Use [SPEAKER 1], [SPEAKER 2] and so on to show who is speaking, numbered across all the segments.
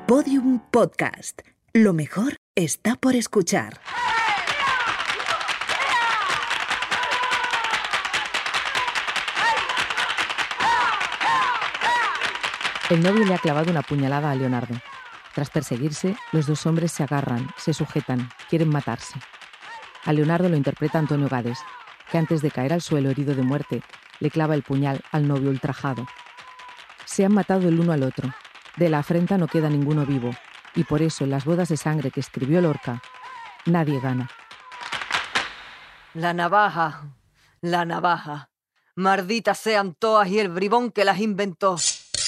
[SPEAKER 1] Podium Podcast. Lo mejor está por escuchar.
[SPEAKER 2] El novio le ha clavado una puñalada a Leonardo. Tras perseguirse, los dos hombres se agarran, se sujetan, quieren matarse. A Leonardo lo interpreta Antonio Gades, que antes de caer al suelo herido de muerte, le clava el puñal al novio ultrajado. Se han matado el uno al otro. De la afrenta no queda ninguno vivo, y por eso en las bodas de sangre que escribió Lorca, nadie gana.
[SPEAKER 3] La navaja, malditas sean todas y el bribón que las inventó.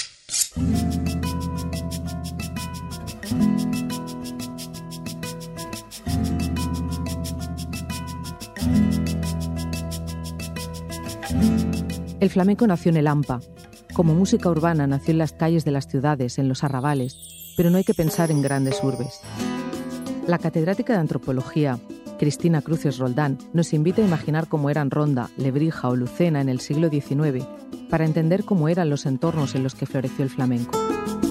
[SPEAKER 2] El flamenco nació en el Hampa. Como música urbana nació en las calles de las ciudades, en los arrabales, pero no hay que pensar en grandes urbes. La catedrática de antropología, Cristina Cruces Roldán, nos invita a imaginar cómo eran Ronda, Lebrija o Lucena en el siglo XIX, para entender cómo eran los entornos en los que floreció el flamenco.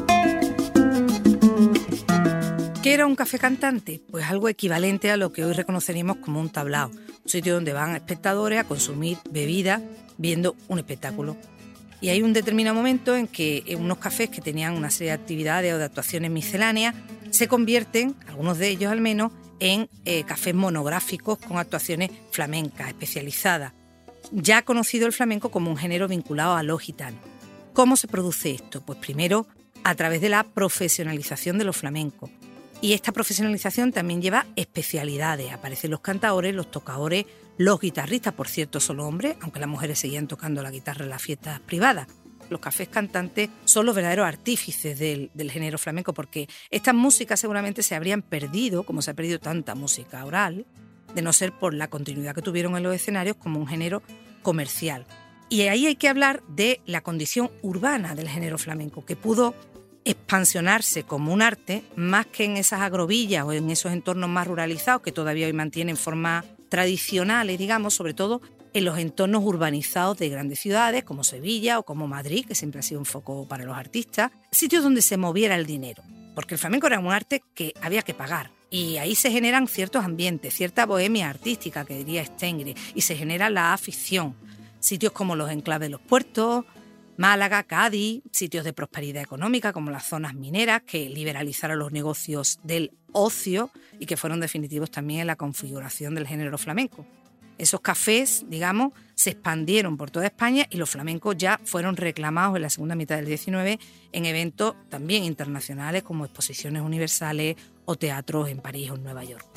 [SPEAKER 4] ¿Qué era un café cantante? Pues algo equivalente a lo que hoy reconoceríamos como un tablao, un sitio donde van espectadores a consumir bebida viendo un espectáculo. Y hay un determinado momento en que unos cafés que tenían una serie de actividades o de actuaciones misceláneas se convierten, algunos de ellos al menos, en cafés monográficos con actuaciones flamencas, especializadas. Ya conocido el flamenco como un género vinculado a lo gitano. ¿Cómo se produce esto? Pues primero, a través de la profesionalización de los flamencos. Y esta profesionalización también lleva especialidades. Aparecen los cantaores, los tocadores, los guitarristas, por cierto, solo hombres, aunque las mujeres seguían tocando la guitarra en las fiestas privadas. Los cafés cantantes son los verdaderos artífices del género flamenco, porque estas músicas seguramente se habrían perdido, como se ha perdido tanta música oral, de no ser por la continuidad que tuvieron en los escenarios como un género comercial. Y ahí hay que hablar de la condición urbana del género flamenco, que pudo expansionarse como un arte más que en esas agrovillas o en esos entornos más ruralizados que todavía hoy mantienen formas tradicionales, digamos, sobre todo en los entornos urbanizados de grandes ciudades como Sevilla o como Madrid, que siempre ha sido un foco para los artistas, sitios donde se moviera el dinero, porque el flamenco era un arte que había que pagar. Y ahí se generan ciertos ambientes, cierta bohemia artística, que diría Stengri, y se genera la afición. Sitios como los enclaves de los puertos, Málaga, Cádiz, sitios de prosperidad económica como las zonas mineras que liberalizaron los negocios del ocio y que fueron definitivos también en la configuración del género flamenco. Esos cafés, digamos, se expandieron por toda España y los flamencos ya fueron reclamados en la segunda mitad del XIX en eventos también internacionales como exposiciones universales o teatros en París o en Nueva York.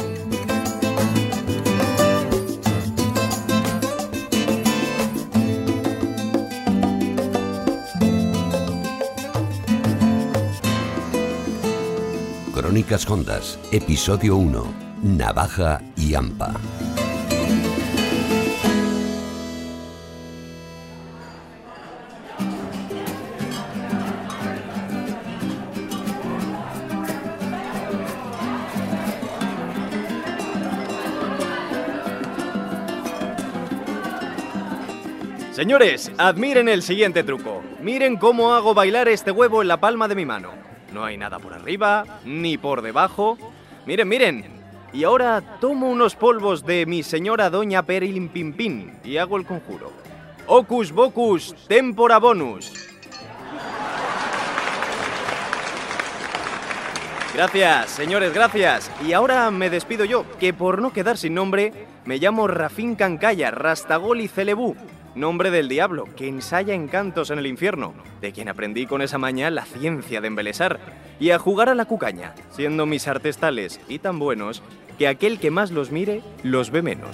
[SPEAKER 5] Crónicas Hondas, episodio 1, Navaja y Hampa.
[SPEAKER 6] Señores, admiren el siguiente truco. Miren cómo hago bailar este huevo en la palma de mi mano. No hay nada por arriba, ni por debajo. Miren, miren. Y ahora tomo unos polvos de mi señora doña Perilin-Pin-Pin y hago el conjuro. Hocus Bocus Tempora Bonus. Gracias, señores, gracias. Y ahora me despido yo, que por no quedar sin nombre, me llamo Rafín Cancaya Rastagol y Celebú. Nombre del diablo, que ensaya encantos en el infierno, de quien aprendí con esa maña la ciencia de embelesar, y a jugar a la cucaña, siendo mis artes tales y tan buenos, que aquel que más los mire, los ve menos.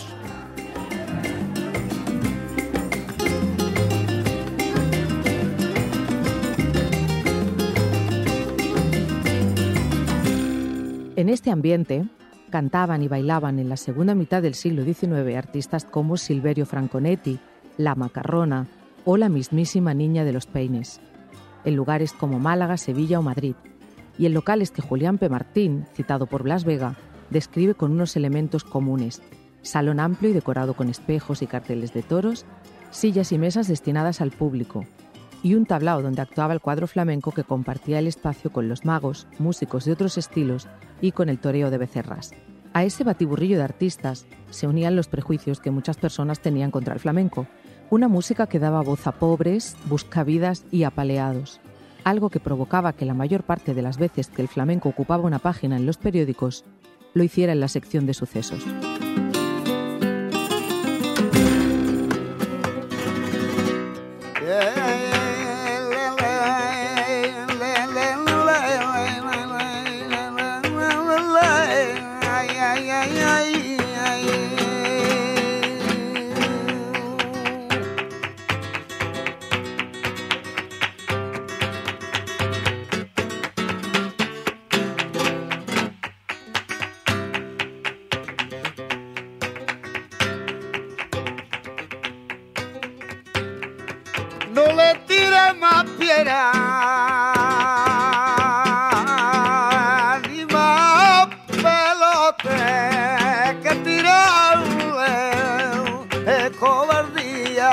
[SPEAKER 2] En este ambiente, cantaban y bailaban en la segunda mitad del siglo XIX artistas como Silverio Franconetti, La Macarrona o la mismísima Niña de los Peines, en lugares como Málaga, Sevilla o Madrid, y en locales que Julián P. Martín, citado por Blas Vega, describe con unos elementos comunes: salón amplio y decorado con espejos y carteles de toros, sillas y mesas destinadas al público, y un tablao donde actuaba el cuadro flamenco que compartía el espacio con los magos, músicos de otros estilos y con el toreo de becerras. A ese batiburrillo de artistas se unían los prejuicios que muchas personas tenían contra el flamenco, una música que daba voz a pobres, buscavidas y apaleados, algo que provocaba que la mayor parte de las veces que el flamenco ocupaba una página en los periódicos, lo hiciera en la sección de sucesos.
[SPEAKER 7] No le tires más piedra ni más pelote que tirarle cobardía.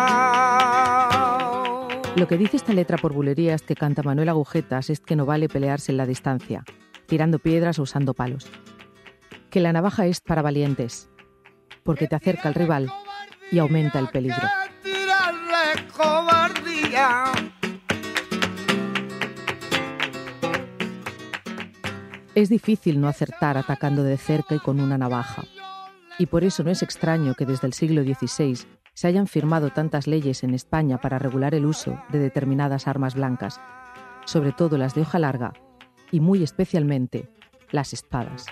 [SPEAKER 2] Lo que dice esta letra por bulerías que canta Manuel Agujetas es que no vale pelearse en la distancia, tirando piedras o usando palos. Que la navaja es para valientes, porque te acerca al rival y aumenta el peligro.
[SPEAKER 7] Cobardía.
[SPEAKER 2] Es difícil no acertar atacando de cerca y con una navaja. Y por eso no es extraño que desde el siglo XVI se hayan firmado tantas leyes en España para regular el uso de determinadas armas blancas, sobre todo las de hoja larga y muy especialmente las espadas.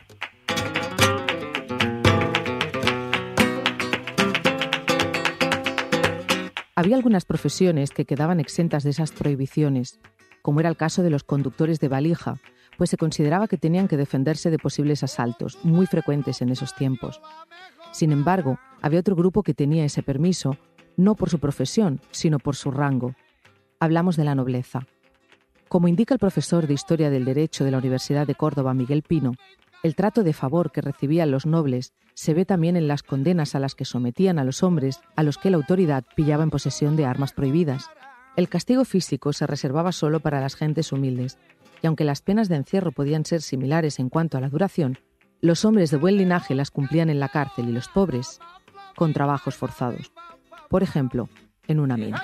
[SPEAKER 2] Había algunas profesiones que quedaban exentas de esas prohibiciones, como era el caso de los conductores de valija, pues se consideraba que tenían que defenderse de posibles asaltos, muy frecuentes en esos tiempos. Sin embargo, había otro grupo que tenía ese permiso, no por su profesión, sino por su rango. Hablamos de la nobleza. Como indica el profesor de Historia del Derecho de la Universidad de Córdoba, Miguel Pino, el trato de favor que recibían los nobles se ve también en las condenas a las que sometían a los hombres a los que la autoridad pillaba en posesión de armas prohibidas. El castigo físico se reservaba solo para las gentes humildes, y aunque las penas de encierro podían ser similares en cuanto a la duración, los hombres de buen linaje las cumplían en la cárcel y los pobres con trabajos forzados. Por ejemplo, en una mina.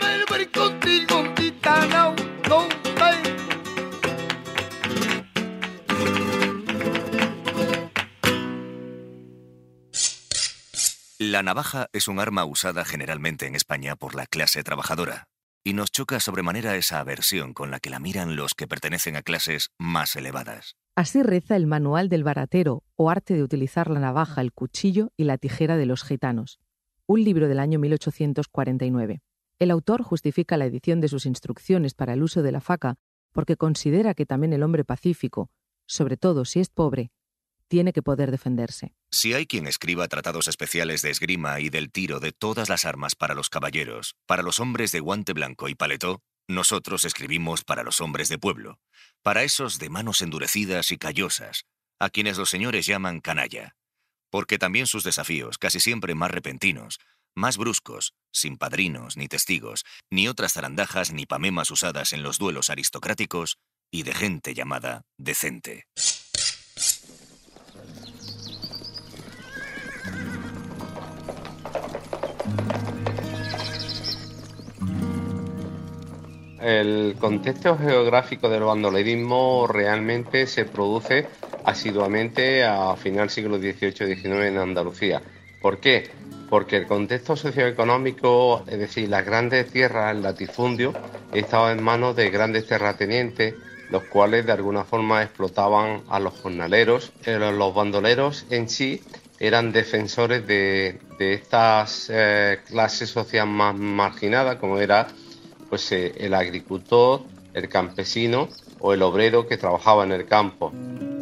[SPEAKER 8] La navaja es un arma usada generalmente en España por la clase trabajadora, y nos choca sobremanera esa aversión con la que la miran los que pertenecen a clases más elevadas.
[SPEAKER 2] Así reza el Manual del Baratero o Arte de utilizar la navaja, el cuchillo y la tijera de los gitanos, un libro del año 1849. El autor justifica la edición de sus instrucciones para el uso de la faca porque considera que también el hombre pacífico, sobre todo si es pobre, tiene que poder defenderse.
[SPEAKER 8] Si hay quien escriba tratados especiales de esgrima y del tiro de todas las armas para los caballeros, para los hombres de guante blanco y paletó, nosotros escribimos para los hombres de pueblo, para esos de manos endurecidas y callosas, a quienes los señores llaman canalla, porque también sus desafíos, casi siempre más repentinos, más bruscos, sin padrinos ni testigos, ni otras zarandajas ni pamemas usadas en los duelos aristocráticos y de gente llamada decente.
[SPEAKER 9] El contexto geográfico del bandolerismo realmente se produce asiduamente a final del siglo XVIII-XIX en Andalucía. ¿Por qué? Porque el contexto socioeconómico, es decir, las grandes tierras, el latifundio, estaba en manos de grandes terratenientes, los cuales de alguna forma explotaban a los jornaleros. Los bandoleros en sí eran defensores de estas clases sociales más marginadas, como era pues el agricultor, el campesino o el obrero que trabajaba en el campo.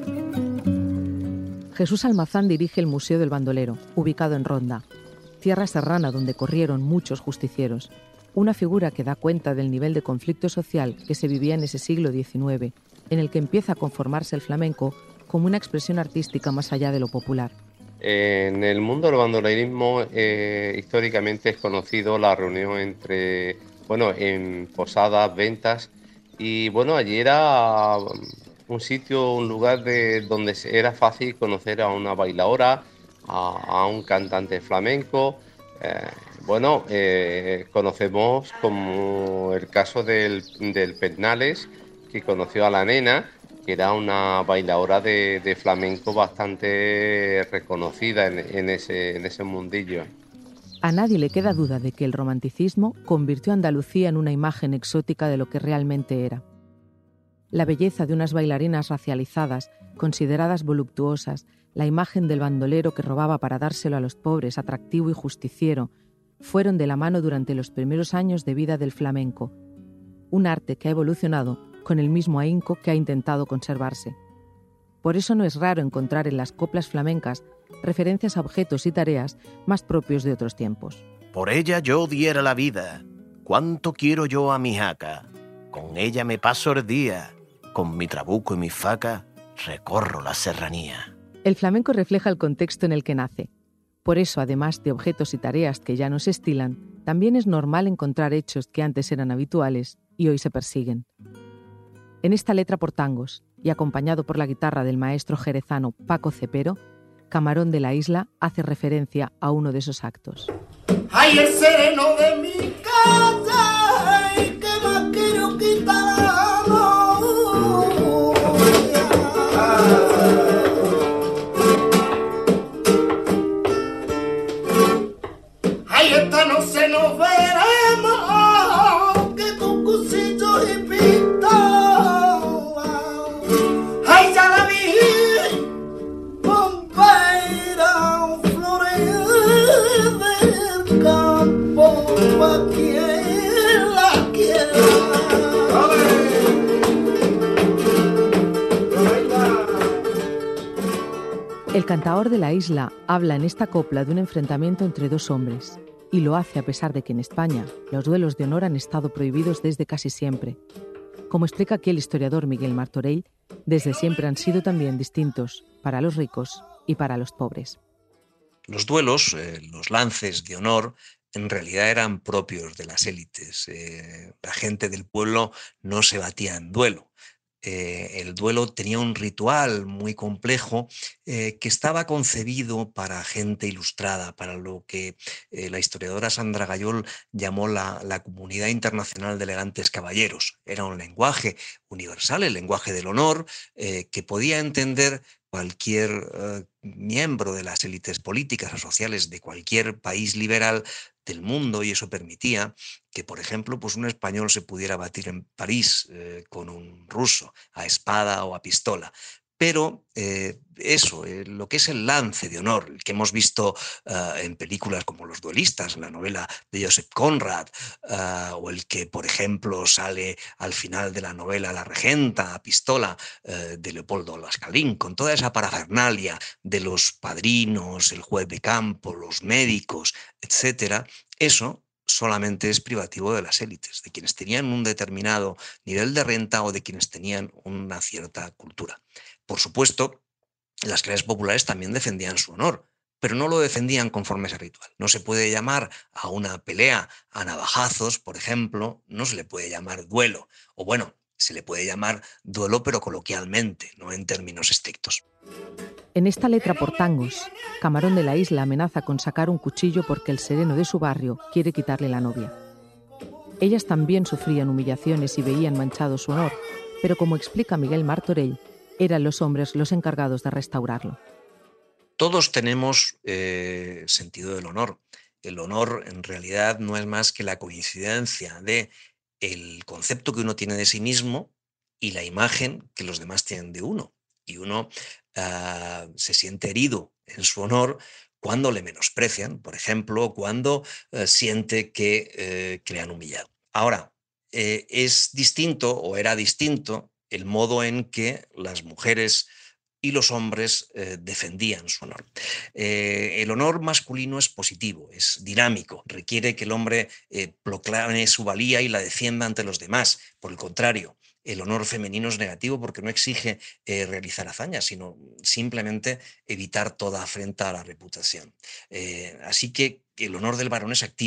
[SPEAKER 2] Jesús Almazán dirige el Museo del Bandolero, ubicado en Ronda, tierra serrana donde corrieron muchos justicieros, una figura que da cuenta del nivel de conflicto social que se vivía en ese siglo XIX, en el que empieza a conformarse el flamenco como una expresión artística más allá de lo popular.
[SPEAKER 9] En el mundo del bandolerismo históricamente es conocido la reunión entre bueno, en posadas, ventas, y bueno, allí era un sitio, un lugar donde era fácil conocer a una bailaora, a un cantante flamenco. eh, Conocemos como el caso del Pernales, que conoció a la nena, que era una bailadora de flamenco bastante reconocida en ese mundillo.
[SPEAKER 2] A nadie le queda duda de que el romanticismo convirtió a Andalucía en una imagen exótica de lo que realmente era. La belleza de unas bailarinas racializadas, consideradas voluptuosas, la imagen del bandolero que robaba para dárselo a los pobres, atractivo y justiciero, fueron de la mano durante los primeros años de vida del flamenco, un arte que ha evolucionado con el mismo ahínco que ha intentado conservarse. Por eso no es raro encontrar en las coplas flamencas referencias a objetos y tareas más propios de otros tiempos.
[SPEAKER 10] Por ella yo diera la vida, cuánto quiero yo a mi jaca, con ella me paso el día, con mi trabuco y mi faca recorro la serranía.
[SPEAKER 2] El flamenco refleja el contexto en el que nace. Por eso, además de objetos y tareas que ya no se estilan, también es normal encontrar hechos que antes eran habituales y hoy se persiguen. En esta letra por tangos, y acompañado por la guitarra del maestro jerezano Paco Cepero, Camarón de la Isla hace referencia a uno de esos actos.
[SPEAKER 7] ¡Ay, el sereno de mi casa! ¡Ay, qué más quiero quitarlo! ¡Ay, esta no se nos veremos! ¡Que con cuchillo y pistola! ¡Ay, ya la vi!
[SPEAKER 2] El cantaor de la isla habla en esta copla de un enfrentamiento entre dos hombres, y lo hace a pesar de que en España los duelos de honor han estado prohibidos desde casi siempre. Como explica aquí el historiador Miguel Martorell, desde siempre han sido también distintos para los ricos y para los pobres.
[SPEAKER 11] Los duelos, los lances de honor, en realidad eran propios de las élites. La gente del pueblo no se batía en duelo. El duelo tenía un ritual muy complejo que estaba concebido para gente ilustrada, para lo que la historiadora Sandra Gayol llamó la Comunidad Internacional de Elegantes Caballeros. Era un lenguaje universal, el lenguaje del honor, que podía entender cualquier miembro de las élites políticas o sociales de cualquier país liberal del mundo, y eso permitía que, por ejemplo, pues un español se pudiera batir en París con un ruso a espada o a pistola. Pero lo que es el lance de honor, el que hemos visto en películas como Los duelistas, la novela de Joseph Conrad, o el que, por ejemplo, sale al final de la novela La regenta a pistola de Leopoldo Lascalín, con toda esa parafernalia de los padrinos, el juez de campo, los médicos, etc., eso solamente es privativo de las élites, de quienes tenían un determinado nivel de renta o de quienes tenían una cierta cultura. Por supuesto, las clases populares también defendían su honor, pero no lo defendían conforme a ese ritual. No se puede llamar a una pelea a navajazos, por ejemplo, no se le puede llamar duelo, o bueno, se le puede llamar duelo pero coloquialmente, no en términos estrictos.
[SPEAKER 2] En esta letra por tangos, Camarón de la Isla amenaza con sacar un cuchillo porque el sereno de su barrio quiere quitarle la novia. Ellas también sufrían humillaciones y veían manchado su honor, pero como explica Miguel Martorell, eran los hombres los encargados de restaurarlo.
[SPEAKER 11] Todos tenemos sentido del honor. El honor en realidad no es más que la coincidencia de el concepto que uno tiene de sí mismo y la imagen que los demás tienen de uno. Y uno se siente herido en su honor cuando le menosprecian, por ejemplo, cuando siente que le han humillado. Ahora, es distinto o era distinto el modo en que las mujeres y los hombres defendían su honor. El honor masculino es positivo, es dinámico, requiere que el hombre proclame su valía y la defienda ante los demás. Por el contrario, el honor femenino es negativo porque no exige realizar hazañas, sino simplemente evitar toda afrenta a la reputación. Así que el honor del varón es activo.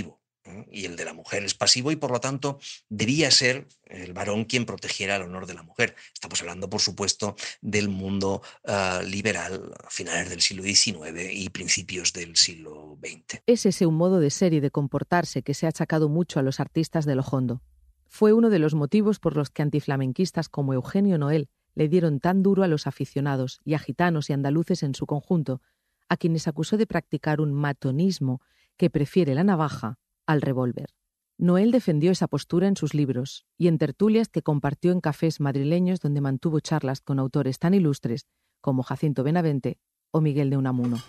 [SPEAKER 11] y el de la mujer es pasivo, y por lo tanto debía ser el varón quien protegiera el honor de la mujer. Estamos hablando, por supuesto, del mundo liberal a finales del siglo XIX y principios del siglo XX.
[SPEAKER 2] Es ese un modo de ser y de comportarse que se ha achacado mucho a los artistas de lo hondo. Fue uno de los motivos por los que antiflamenquistas como Eugenio Noel le dieron tan duro a los aficionados y a gitanos y andaluces en su conjunto, a quienes acusó de practicar un matonismo que prefiere la navaja al revólver. Noel defendió esa postura en sus libros y en tertulias que compartió en cafés madrileños donde mantuvo charlas con autores tan ilustres como Jacinto Benavente o Miguel de Unamuno.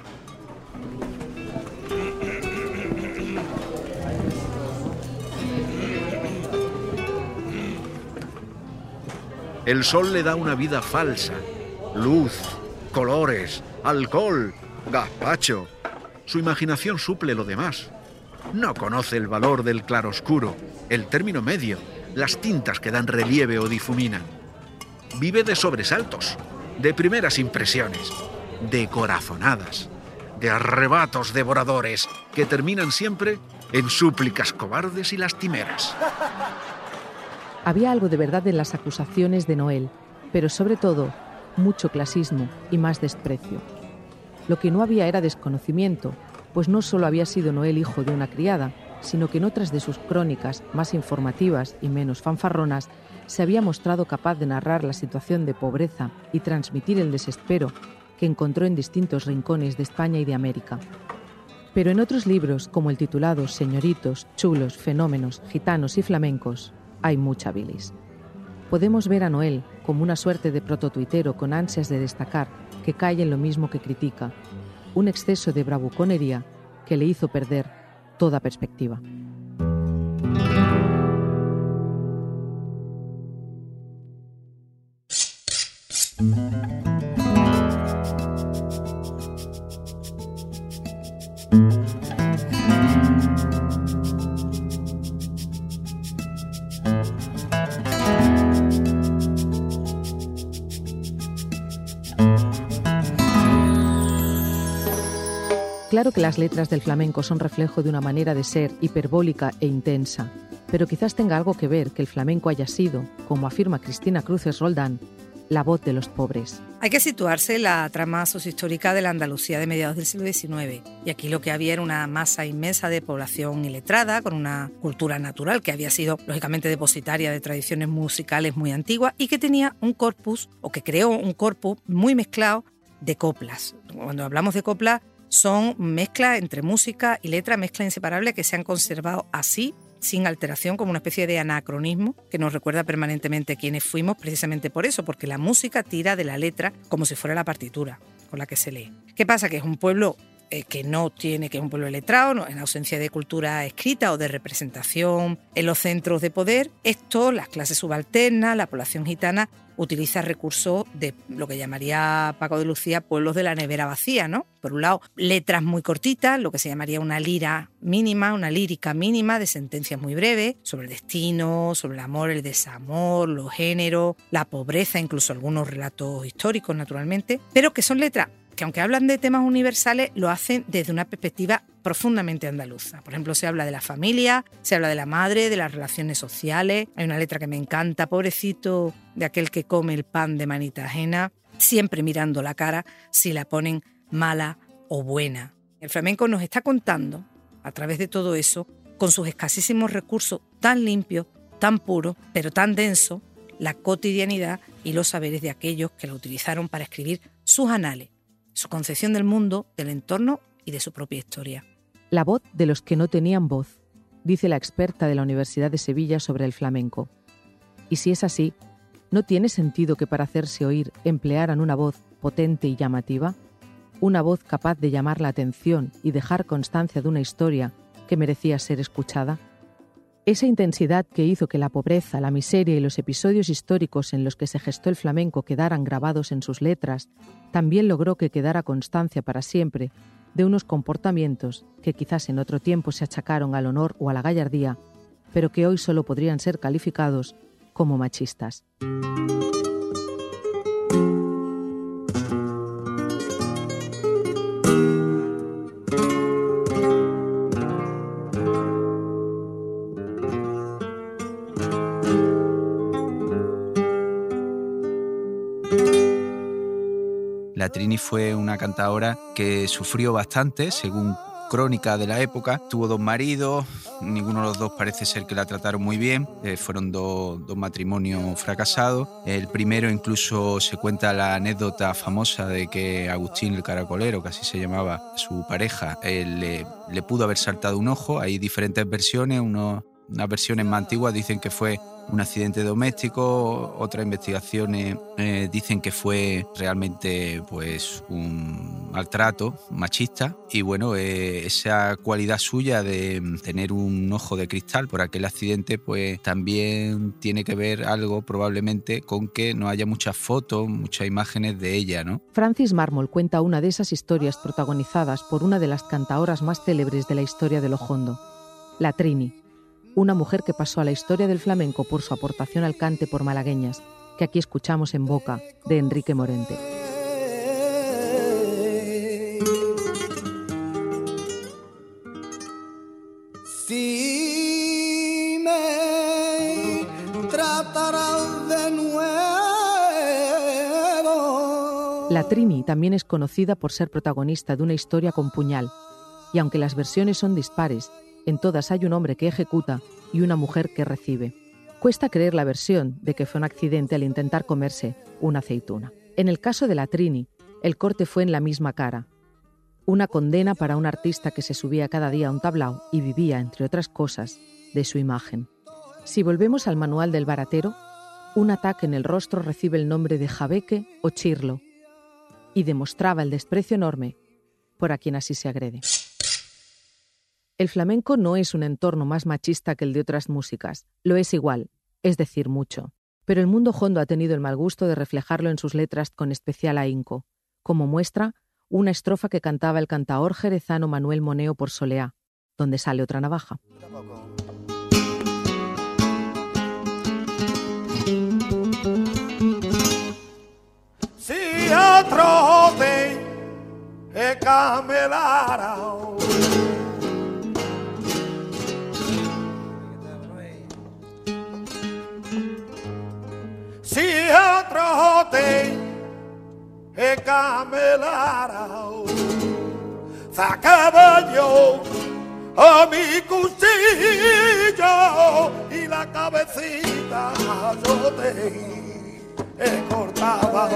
[SPEAKER 12] El sol le da una vida falsa, luz, colores, alcohol, gazpacho. Su imaginación suple lo demás. No conoce el valor del claroscuro, el término medio, las tintas que dan relieve o difuminan. Vive de sobresaltos, de primeras impresiones, de corazonadas, de arrebatos devoradores que terminan siempre en súplicas cobardes y lastimeras.
[SPEAKER 2] Había algo de verdad en las acusaciones de Noel, pero sobre todo mucho clasismo y más desprecio. Lo que no había era desconocimiento, pues no solo había sido Noel hijo de una criada, sino que en otras de sus crónicas, más informativas y menos fanfarronas, se había mostrado capaz de narrar la situación de pobreza y transmitir el desespero que encontró en distintos rincones de España y de América. Pero en otros libros, como el titulado Señoritos, chulos, fenómenos, gitanos y flamencos, hay mucha bilis. Podemos ver a Noel como una suerte de prototuitero con ansias de destacar, que cae en lo mismo que critica, un exceso de bravuconería que le hizo perder toda perspectiva. Claro que las letras del flamenco son reflejo de una manera de ser hiperbólica e intensa, pero quizás tenga algo que ver que el flamenco haya sido, como afirma Cristina Cruces Roldán, la voz de los pobres.
[SPEAKER 4] Hay que situarse en la trama sociohistórica de la Andalucía de mediados del siglo XIX, y aquí lo que había era una masa inmensa de población iletrada, con una cultura natural que había sido, lógicamente, depositaria de tradiciones musicales muy antiguas y que tenía un corpus, o que creó un corpus muy mezclado de coplas. Cuando hablamos de coplas, son mezclas entre música y letra, mezclas inseparables que se han conservado así, sin alteración, como una especie de anacronismo que nos recuerda permanentemente quiénes fuimos, precisamente por eso, porque la música tira de la letra como si fuera la partitura con la que se lee. ¿Qué pasa? Que es un pueblo que es un pueblo iletrado, ¿no? En ausencia de cultura escrita o de representación en los centros de poder. Esto, las clases subalternas, la población gitana, utiliza recursos de lo que llamaría Paco de Lucía pueblos de la nevera vacía, ¿no? Por un lado, letras muy cortitas, lo que se llamaría una lírica mínima de sentencias muy breves sobre el destino, sobre el amor, el desamor, los géneros, la pobreza, incluso algunos relatos históricos, naturalmente, pero que son letras que, aunque hablan de temas universales, lo hacen desde una perspectiva profundamente andaluza. Por ejemplo, se habla de la familia, se habla de la madre, de las relaciones sociales. Hay una letra que me encanta, pobrecito de aquel que come el pan de manita ajena, siempre mirando la cara si la ponen mala o buena. El flamenco nos está contando, a través de todo eso, con sus escasísimos recursos tan limpios, tan puros, pero tan densos, la cotidianidad y los saberes de aquellos que la utilizaron para escribir sus anales, su concepción del mundo, del entorno y de su propia historia.
[SPEAKER 2] La voz de los que no tenían voz, dice la experta de la Universidad de Sevilla sobre el flamenco. Y si es así, ¿no tiene sentido que para hacerse oír emplearan una voz potente y llamativa? Una voz capaz de llamar la atención y dejar constancia de una historia que merecía ser escuchada. Esa intensidad que hizo que la pobreza, la miseria y los episodios históricos en los que se gestó el flamenco quedaran grabados en sus letras, también logró que quedara constancia para siempre de unos comportamientos que quizás en otro tiempo se achacaron al honor o a la gallardía, pero que hoy solo podrían ser calificados como machistas.
[SPEAKER 13] La Trini fue una cantaora que sufrió bastante, según crónica de la época. Tuvo 2 maridos, ninguno de los 2 parece ser que la trataron muy bien. Fueron dos matrimonios fracasados. El primero, incluso se cuenta la anécdota famosa de que Agustín el Caracolero, que así se llamaba su pareja, le pudo haber saltado un ojo. Hay diferentes versiones. Unas versiones más antiguas dicen que fue un accidente doméstico, otras investigaciones dicen que fue realmente pues un maltrato machista. Y bueno, esa cualidad suya de tener un ojo de cristal por aquel accidente pues también tiene que ver algo probablemente con que no haya muchas fotos, muchas imágenes de ella, ¿no?
[SPEAKER 2] Francis Mármol cuenta una de esas historias protagonizadas por una de las cantaoras más célebres de la historia de Lo Hondo, la Trini, una mujer que pasó a la historia del flamenco por su aportación al cante por malagueñas, que aquí escuchamos en boca de Enrique Morente.
[SPEAKER 7] Si me tratarás de nuevo.
[SPEAKER 2] La Trini también es conocida por ser protagonista de una historia con puñal, y aunque las versiones son dispares, en todas hay un hombre que ejecuta y una mujer que recibe. Cuesta creer la versión de que fue un accidente al intentar comerse una aceituna. En el caso de la Trini, el corte fue en la misma cara. Una condena para un artista que se subía cada día a un tablao y vivía, entre otras cosas, de su imagen. Si volvemos al manual del baratero, un ataque en el rostro recibe el nombre de jabeque o chirlo y demostraba el desprecio enorme por a quien así se agrede. El flamenco no es un entorno más machista que el de otras músicas, lo es igual, es decir, mucho. Pero el mundo hondo ha tenido el mal gusto de reflejarlo en sus letras con especial ahínco, como muestra una estrofa que cantaba el cantaor jerezano Manuel Moneo por Soleá, donde sale otra navaja.
[SPEAKER 7] Si otro te camelara. Si otro te camelara, sacaba yo a mi cuchillo y la cabecita yo te cortaba.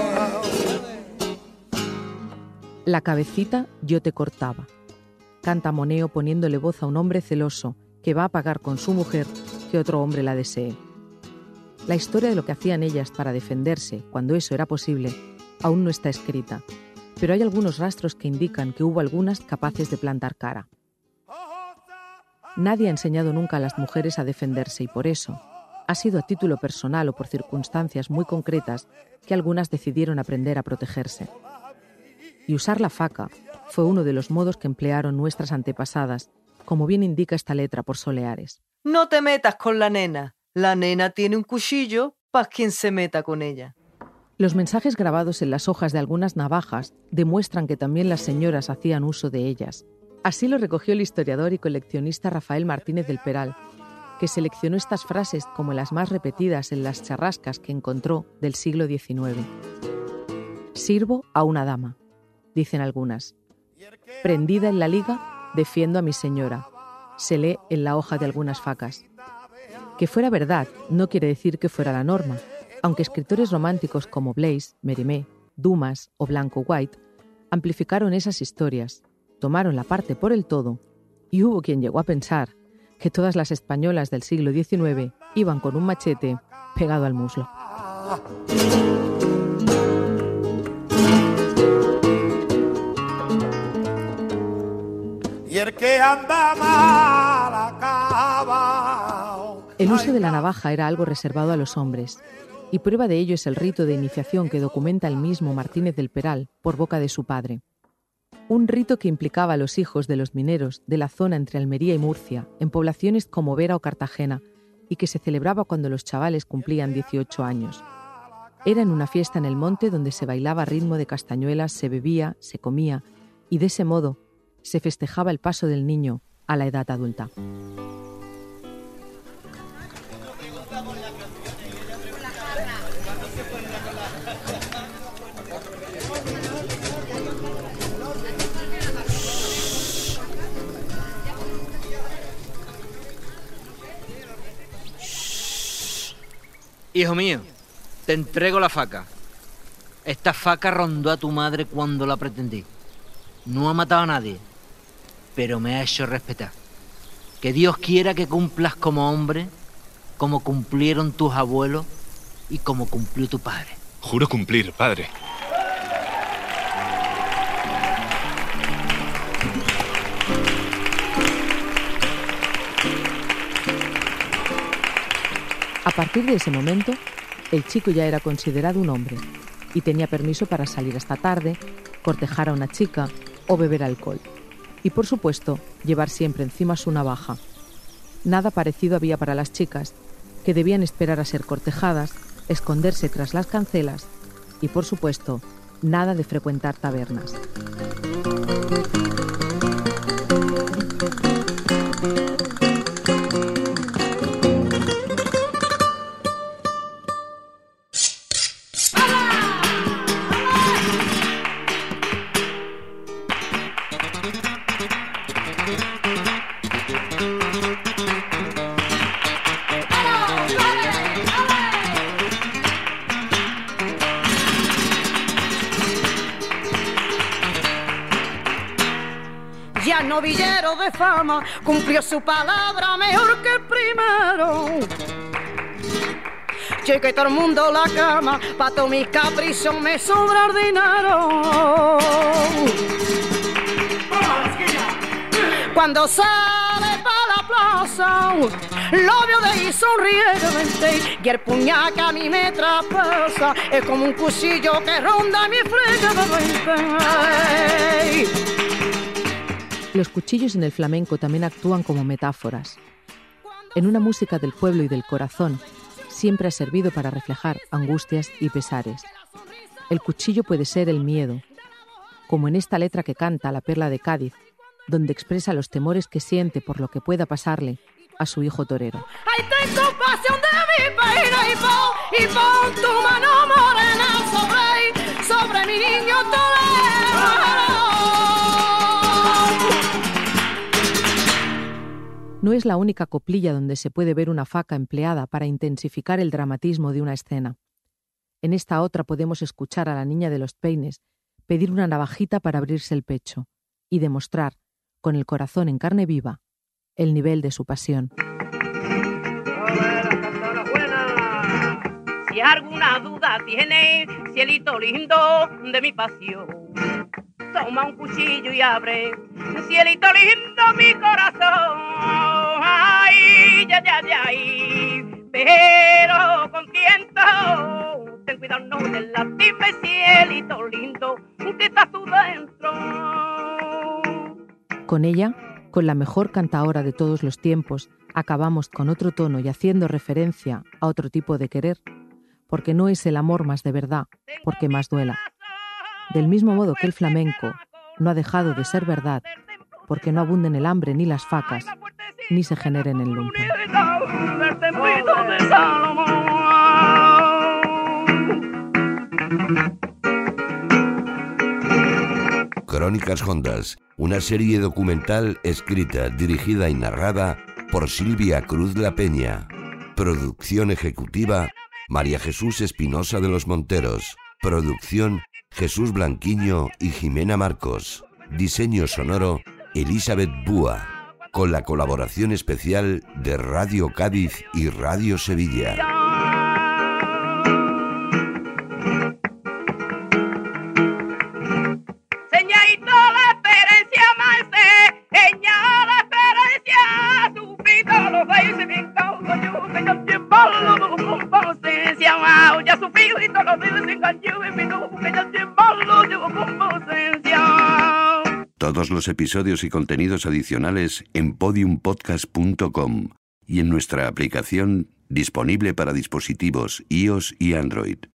[SPEAKER 2] La cabecita yo te cortaba. Canta Moneo poniéndole voz a un hombre celoso que va a pagar con su mujer que otro hombre la desee. La historia de lo que hacían ellas para defenderse, cuando eso era posible, aún no está escrita, pero hay algunos rastros que indican que hubo algunas capaces de plantar cara. Nadie ha enseñado nunca a las mujeres a defenderse y por eso ha sido a título personal o por circunstancias muy concretas que algunas decidieron aprender a protegerse. Y usar la faca fue uno de los modos que emplearon nuestras antepasadas, como bien indica esta letra por Soleares.
[SPEAKER 3] No te metas con la nena. La nena tiene un cuchillo para quien se meta con ella.
[SPEAKER 2] Los mensajes grabados en las hojas de algunas navajas demuestran que también las señoras hacían uso de ellas. Así lo recogió el historiador y coleccionista Rafael Martínez del Peral, que seleccionó estas frases como las más repetidas en las charrascas que encontró del siglo XIX. Sirvo a una dama, dicen algunas. Prendida en la liga, defiendo a mi señora. Se lee en la hoja de algunas facas. Que fuera verdad no quiere decir que fuera la norma, aunque escritores románticos como Blaise, Mérimée, Dumas o Blanco White amplificaron esas historias, tomaron la parte por el todo, y hubo quien llegó a pensar que todas las españolas del siglo XIX iban con un machete pegado al muslo.
[SPEAKER 7] Y el que anda mal acaba.
[SPEAKER 2] El uso de la navaja era algo reservado a los hombres, y prueba de ello es el rito de iniciación que documenta el mismo Martínez del Peral por boca de su padre. Un rito que implicaba a los hijos de los mineros de la zona entre Almería y Murcia, en poblaciones como Vera o Cartagena, y que se celebraba cuando los chavales cumplían 18 años. Era en una fiesta en el monte donde se bailaba a ritmo de castañuelas, se bebía, se comía, y de ese modo se festejaba el paso del niño a la edad adulta.
[SPEAKER 14] Hijo mío, te entrego la faca. Esta faca rondó a tu madre cuando la pretendí. No ha matado a nadie, pero me ha hecho respetar. Que Dios quiera que cumplas como hombre, como cumplieron tus abuelos y como cumplió tu padre.
[SPEAKER 15] Juro cumplir, padre.
[SPEAKER 2] A partir de ese momento, el chico ya era considerado un hombre y tenía permiso para salir hasta tarde, cortejar a una chica o beber alcohol. Y por supuesto, llevar siempre encima su navaja. Nada parecido había para las chicas, que debían esperar a ser cortejadas, esconderse tras las cancelas y, por supuesto, nada de frecuentar tabernas.
[SPEAKER 7] Ya novillero de fama, cumplió su palabra mejor que el primero. Cheque todo el mundo la cama, pa' todos mis caprichos me sobra el dinero. Cuando sale pa' la plaza, lo veo de ahí sonriente, y el puñal que a mí me traspasa es como un cuchillo que ronda mi flecha de 20.
[SPEAKER 2] Los cuchillos en el flamenco también actúan como metáforas. En una música del pueblo y del corazón, siempre ha servido para reflejar angustias y pesares. El cuchillo puede ser el miedo, como en esta letra que canta La Perla de Cádiz, donde expresa los temores que siente por lo que pueda pasarle a su hijo torero.
[SPEAKER 7] Ay, ten compasión de mi pena y pon tu mano morena sobre mi niño torero.
[SPEAKER 2] No es la única coplilla donde se puede ver una faca empleada para intensificar el dramatismo de una escena. En esta otra podemos escuchar a la niña de los peines pedir una navajita para abrirse el pecho y demostrar, con el corazón en carne viva, el nivel de su pasión.
[SPEAKER 16] Si alguna duda tiene, cielito lindo de mi pasión, toma un cuchillo y abre, cielito lindo mi corazón. Ay, ya, pero con tiento, ten cuidado, no te lastimes, cielito lindo, que estás tú dentro.
[SPEAKER 2] Con ella, con la mejor cantaora de todos los tiempos, acabamos con otro tono y haciendo referencia a otro tipo de querer, porque no es el amor más de verdad, porque más duela. Del mismo modo que el flamenco no ha dejado de ser verdad, porque no abunden el hambre ni las facas, ni se generen el lumpen.
[SPEAKER 5] Crónicas Hondas, una serie documental escrita, dirigida y narrada por Silvia Cruz La Peña. Producción ejecutiva, María Jesús Espinosa de los Monteros. Producción, Jesús Blanquiño y Jimena Marcos. Diseño sonoro, Elizabeth Búa. Con la colaboración especial de Radio Cádiz y Radio Sevilla.
[SPEAKER 16] Señalito la experiencia más señala la experiencia, sufrido los países bien caudos, yo que yo tiempo lo con paciencia, ya sufrido y todos los días sin canción en mi no, que yo tiempo lo llevo con paciencia.
[SPEAKER 5] Todos los episodios y contenidos adicionales en podiumpodcast.com y en nuestra aplicación disponible para dispositivos iOS y Android.